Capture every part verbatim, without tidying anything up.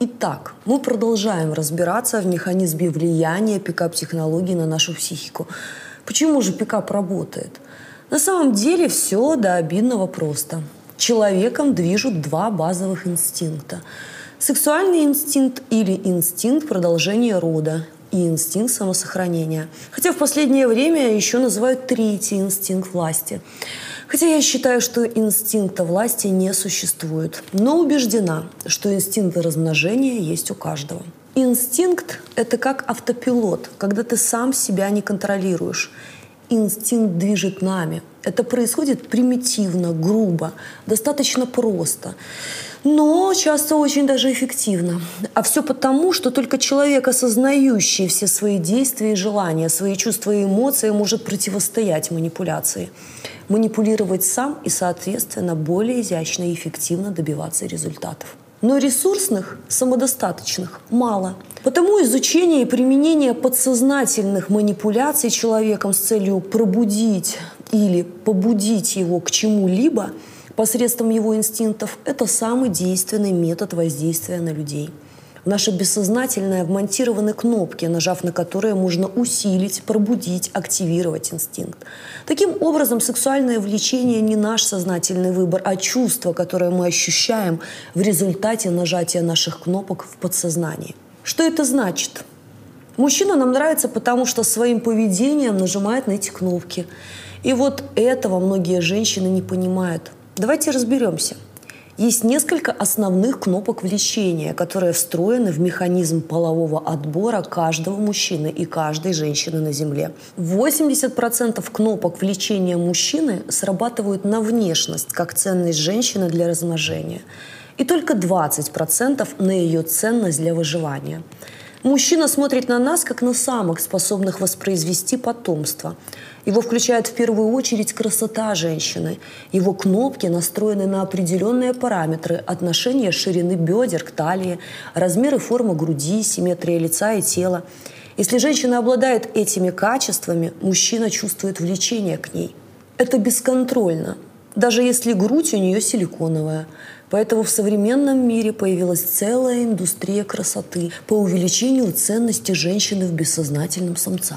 Итак, мы продолжаем разбираться в механизме влияния пикап-технологий на нашу психику. Почему же пикап работает? На самом деле все до обидного просто. Человеком движут два базовых инстинкта. Сексуальный инстинкт или инстинкт продолжения рода и инстинкт самосохранения. Хотя в последнее время еще называют третий инстинкт власти. Хотя я считаю, что инстинкта власти не существует, но убеждена, что инстинкт размножения есть у каждого. Инстинкт – это как автопилот, когда ты сам себя не контролируешь. Инстинкт движет нами. Это происходит примитивно, грубо, достаточно просто, но часто очень даже эффективно. А все потому, что только человек, осознающий все свои действия и желания, свои чувства и эмоции, может противостоять манипуляции. Манипулировать сам и, соответственно, более изящно и эффективно добиваться результатов. Но ресурсных, самодостаточных мало. Потому изучение и применение подсознательных манипуляций человеком с целью пробудить или побудить его к чему-либо посредством его инстинктов – это самый действенный метод воздействия на людей. В наше бессознательное вмонтированы кнопки, нажав на которые можно усилить, пробудить, активировать инстинкт. Таким образом, сексуальное влечение не наш сознательный выбор, а чувство, которое мы ощущаем в результате нажатия наших кнопок в подсознании. Что это значит? Мужчина нам нравится, потому что своим поведением нажимает на эти кнопки. И вот этого многие женщины не понимают. Давайте разберемся. Есть несколько основных кнопок влечения, которые встроены в механизм полового отбора каждого мужчины и каждой женщины на Земле. восемьдесят процентов кнопок влечения мужчины срабатывают на внешность, как ценность женщины для размножения. И только двадцать процентов на ее ценность для выживания. Мужчина смотрит на нас, как на самок, способных воспроизвести потомство. Его включает в первую очередь красота женщины. Его кнопки настроены на определенные параметры: отношение ширины бедер к талии, размер и форма груди, симметрия лица и тела. Если женщина обладает этими качествами, мужчина чувствует влечение к ней. Это бесконтрольно, даже если грудь у нее силиконовая. Поэтому в современном мире появилась целая индустрия красоты по увеличению ценности женщины в бессознательном самца.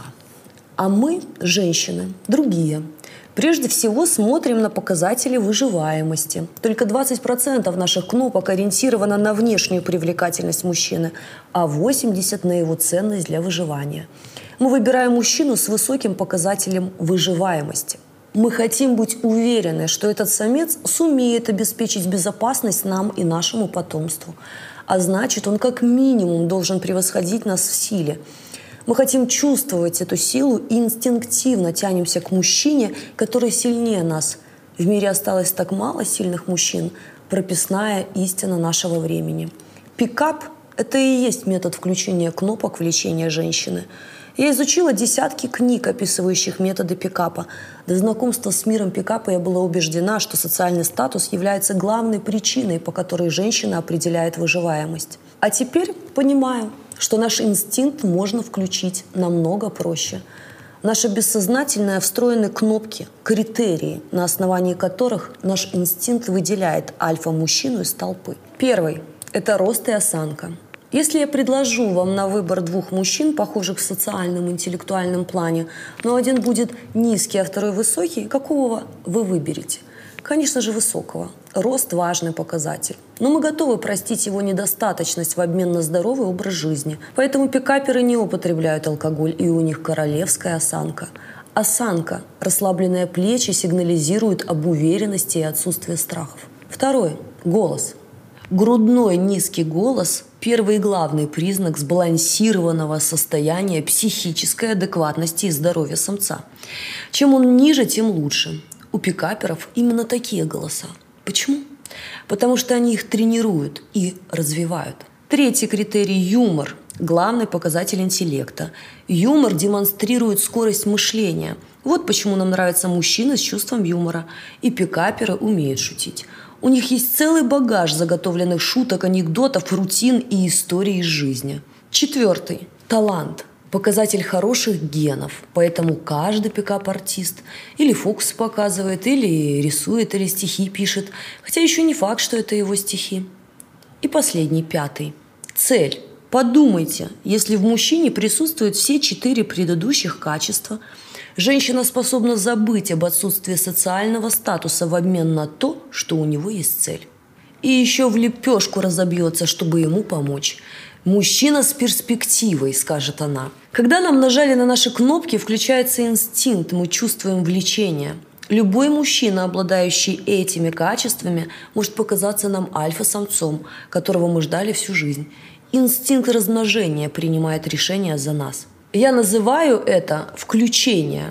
А мы, женщины, другие. Прежде всего смотрим на показатели выживаемости. Только двадцать процентов наших кнопок ориентировано на внешнюю привлекательность мужчины, а восемьдесят процентов на его ценность для выживания. Мы выбираем мужчину с высоким показателем выживаемости. Мы хотим быть уверены, что этот самец сумеет обеспечить безопасность нам и нашему потомству. А значит, он как минимум должен превосходить нас в силе. Мы хотим чувствовать эту силу и инстинктивно тянемся к мужчине, который сильнее нас. В мире осталось так мало сильных мужчин, прописная истина нашего времени. Пикап – это и есть метод включения кнопок влечения женщины. Я изучила десятки книг, описывающих методы пикапа. До знакомства с миром пикапа я была убеждена, что социальный статус является главной причиной, по которой женщина определяет выживаемость. А теперь понимаю, что наш инстинкт можно включить намного проще. Наше бессознательное встроены кнопки, критерии, на основании которых наш инстинкт выделяет альфа-мужчину из толпы. Первый – это рост и осанка. Если я предложу вам на выбор двух мужчин, похожих в социальном и интеллектуальном плане, но один будет низкий, а второй высокий, какого вы выберете? Конечно же, высокого. Рост – важный показатель. Но мы готовы простить его недостаточность в обмен на здоровый образ жизни. Поэтому пикаперы не употребляют алкоголь, и у них королевская осанка. Осанка, расслабленные плечи сигнализируют об уверенности и отсутствии страхов. Второй – голос. Грудной низкий голос – первый и главный признак сбалансированного состояния психической адекватности и здоровья самца. Чем он ниже, тем лучше. У пикаперов именно такие голоса. Почему? Потому что они их тренируют и развивают. Третий критерий – юмор. Главный показатель интеллекта. Юмор демонстрирует скорость мышления. Вот почему нам нравятся мужчины с чувством юмора. И пикаперы умеют шутить. У них есть целый багаж заготовленных шуток, анекдотов, рутин и историй из жизни. Четвертый – талант. Показатель хороших генов. Поэтому каждый пикап-артист или фокус показывает, или рисует, или стихи пишет. Хотя еще не факт, что это его стихи. И последний, пятый. Цель. Подумайте, если в мужчине присутствуют все четыре предыдущих качества, женщина способна забыть об отсутствии социального статуса в обмен на то, что у него есть цель. И еще в лепешку разобьется, чтобы ему помочь. «Мужчина с перспективой», — скажет она. Когда нам нажали на наши кнопки, включается инстинкт, мы чувствуем влечение. Любой мужчина, обладающий этими качествами, может показаться нам альфа-самцом, которого мы ждали всю жизнь. Инстинкт размножения принимает решение за нас. Я называю это включение.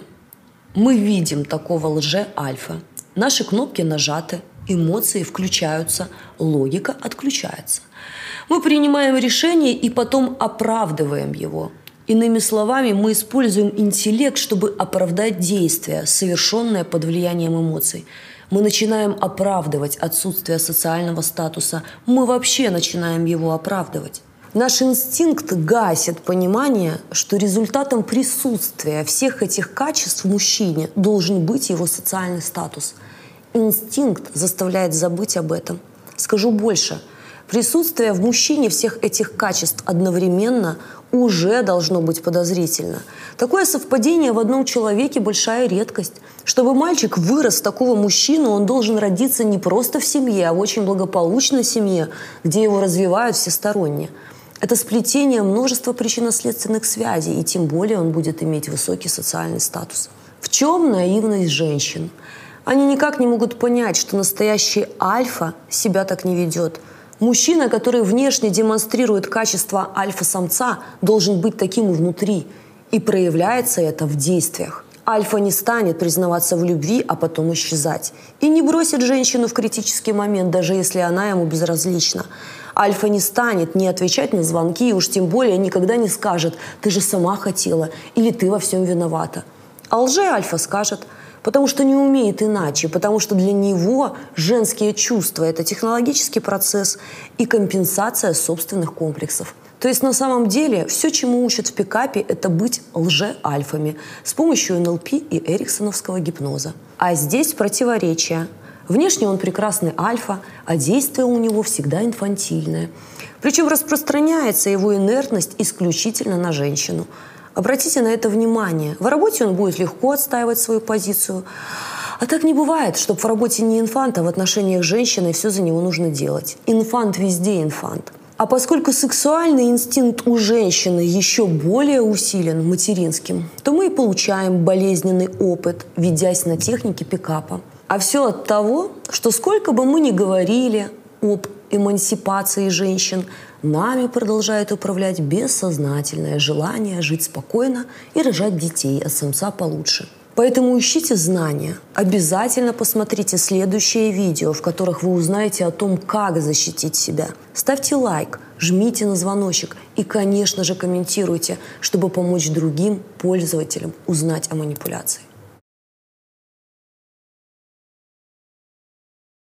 Мы видим такого лже-альфа. Наши кнопки нажаты, эмоции включаются, логика отключается. Мы принимаем решение и потом оправдываем его. Иными словами, мы используем интеллект, чтобы оправдать действия, совершенные под влиянием эмоций. Мы начинаем оправдывать отсутствие социального статуса. Мы вообще начинаем его оправдывать. Наш инстинкт гасит понимание, что результатом присутствия всех этих качеств в мужчине должен быть его социальный статус. Инстинкт заставляет забыть об этом. Скажу больше. Присутствие в мужчине всех этих качеств одновременно уже должно быть подозрительно. Такое совпадение в одном человеке – большая редкость. Чтобы мальчик вырос в такого мужчину, он должен родиться не просто в семье, а в очень благополучной семье, где его развивают всесторонне. Это сплетение множества причинно-следственных связей, и тем более он будет иметь высокий социальный статус. В чем наивность женщин? Они никак не могут понять, что настоящий альфа себя так не ведет. Мужчина, который внешне демонстрирует качество альфа-самца, должен быть таким и внутри. И проявляется это в действиях. Альфа не станет признаваться в любви, а потом исчезать. И не бросит женщину в критический момент, даже если она ему безразлична. Альфа не станет не отвечать на звонки, и уж тем более никогда не скажет «ты же сама хотела» или «ты во всем виновата». А лже-альфа скажет, потому что не умеет иначе, потому что для него женские чувства – это технологический процесс и компенсация собственных комплексов. То есть на самом деле все, чему учат в пикапе, это быть лже-альфами с помощью эн эл пи и эриксоновского гипноза. А здесь противоречие. Внешне он прекрасный альфа, а действие у него всегда инфантильное. Причем распространяется его инертность исключительно на женщину. Обратите на это внимание. В работе он будет легко отстаивать свою позицию. А так не бывает, чтобы в работе не инфант, а в отношениях с женщиной все за него нужно делать. Инфант везде инфант. А поскольку сексуальный инстинкт у женщины еще более усилен материнским, то мы и получаем болезненный опыт, ведясь на технике пикапа. А все от того, что сколько бы мы ни говорили об эмансипации женщин, нами продолжает управлять бессознательное желание жить спокойно и рожать детей от самца получше. Поэтому ищите знания. Обязательно посмотрите следующие видео, в которых вы узнаете о том, как защитить себя. Ставьте лайк, жмите на звоночек и, конечно же, комментируйте, чтобы помочь другим пользователям узнать о манипуляции.